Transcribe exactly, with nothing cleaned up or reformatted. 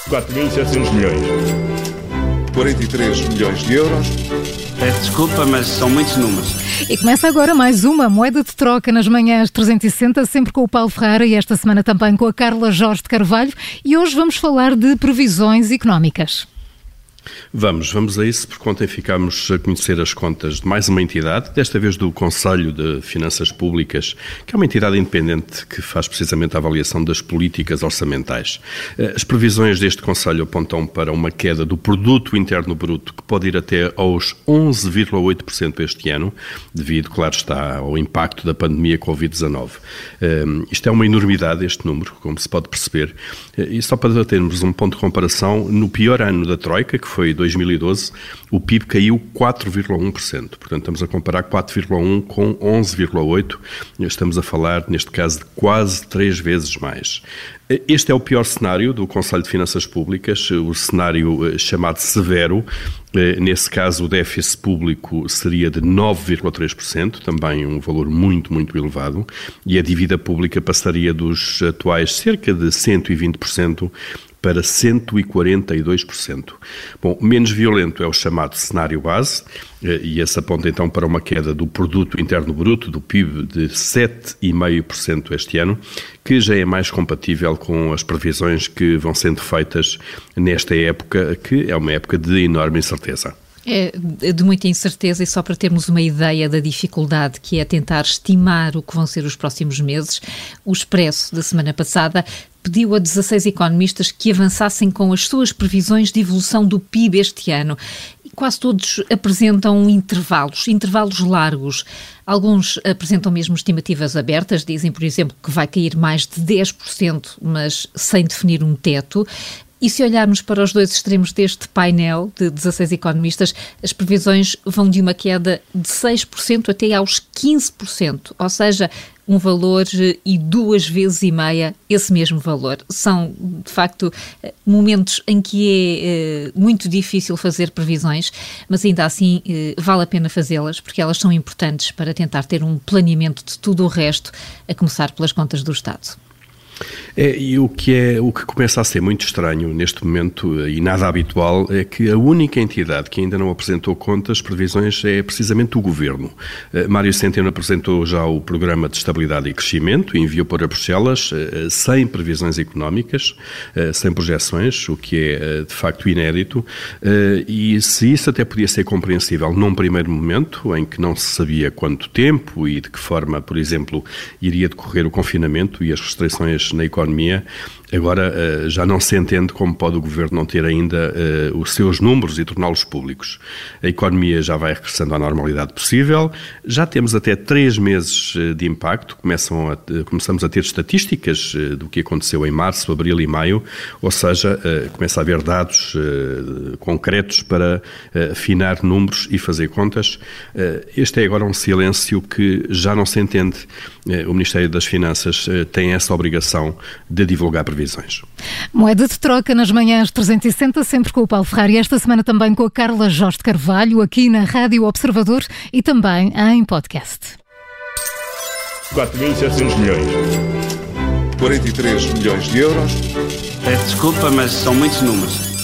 quatro mil e setecentos milhões. quarenta e três milhões de euros. Peço desculpa, mas são muitos números. E começa agora mais uma Moeda de Troca nas manhãs trezentos e sessenta, sempre com o Paulo Ferreira e esta semana também com a Carla Jorge de Carvalho. E hoje vamos falar de previsões económicas. Vamos, vamos a isso, porque ontem ficámos a conhecer as contas de mais uma entidade, desta vez do Conselho de Finanças Públicas, que é uma entidade independente que faz precisamente a avaliação das políticas orçamentais. As previsões deste Conselho apontam para uma queda do produto interno bruto que pode ir até aos onze vírgula oito por cento este ano, devido, claro está, ao impacto da pandemia covid dezanove. Isto é uma enormidade, este número, como se pode perceber, e só para termos um ponto de comparação, no pior ano da Troika, que foi dois mil e doze, o P I B caiu quatro vírgula um por cento. Portanto, estamos a comparar quatro vírgula um por cento com onze vírgula oito por cento. Estamos a falar, neste caso, de quase três vezes mais. Este é o pior cenário do Conselho de Finanças Públicas, o cenário chamado severo. Nesse caso, o déficit público seria de nove vírgula três por cento, também um valor muito, muito elevado, e a dívida pública passaria dos atuais cerca de cento e vinte por cento para cento e quarenta e dois por cento. Bom, menos violento é o chamado cenário base, e esse aponta então para uma queda do produto interno bruto, do P I B, de sete vírgula cinco por cento este ano, que já é mais compatível com as previsões que vão sendo feitas nesta época, que é uma época de enorme incerteza. É de muita incerteza, e só para termos uma ideia da dificuldade que é tentar estimar o que vão ser os próximos meses, o Expresso, da semana passada, pediu a dezasseis economistas que avançassem com as suas previsões de evolução do P I B este ano. E quase todos apresentam intervalos, intervalos largos. Alguns apresentam mesmo estimativas abertas, dizem, por exemplo, que vai cair mais de dez por cento, mas sem definir um teto. E se olharmos para os dois extremos deste painel de dezasseis economistas, as previsões vão de uma queda de seis por cento até aos quinze por cento, ou seja, um valor e duas vezes e meia esse mesmo valor. São, de facto, momentos em que é eh, muito difícil fazer previsões, mas ainda assim eh, vale a pena fazê-las, porque elas são importantes para tentar ter um planeamento de tudo o resto, a começar pelas contas do Estado. É, e o que, é, o que começa a ser muito estranho neste momento e nada habitual é que a única entidade que ainda não apresentou contas, previsões, é precisamente o Governo. Uh, Mário Centeno apresentou já o Programa de Estabilidade e Crescimento e enviou para Bruxelas uh, sem previsões económicas, uh, sem projeções, o que é uh, de facto inédito, uh, e se isso até podia ser compreensível num primeiro momento, em que não se sabia quanto tempo e de que forma, por exemplo, iria decorrer o confinamento e as restrições na economia, agora uh, já não se entende como pode o Governo não ter ainda uh, os seus números e torná-los públicos. A economia já vai regressando à normalidade possível, já temos até três meses uh, de impacto, Começam a, uh, começamos a ter estatísticas uh, do que aconteceu em março, abril e maio, ou seja, uh, começa a haver dados uh, concretos para uh, afinar números e fazer contas. Uh, este é agora um silêncio que já não se entende. Uh, o Ministério das Finanças uh, tem essa obrigação de divulgar previsões. Moeda de Troca nas manhãs trezentos e sessenta, sempre com o Paulo Ferreira, e esta semana também com a Carla Jorge de Carvalho, aqui na Rádio Observador e também em podcast. quatro mil e setecentos milhões. quarenta e três milhões de euros. Peço desculpa, mas são muitos números.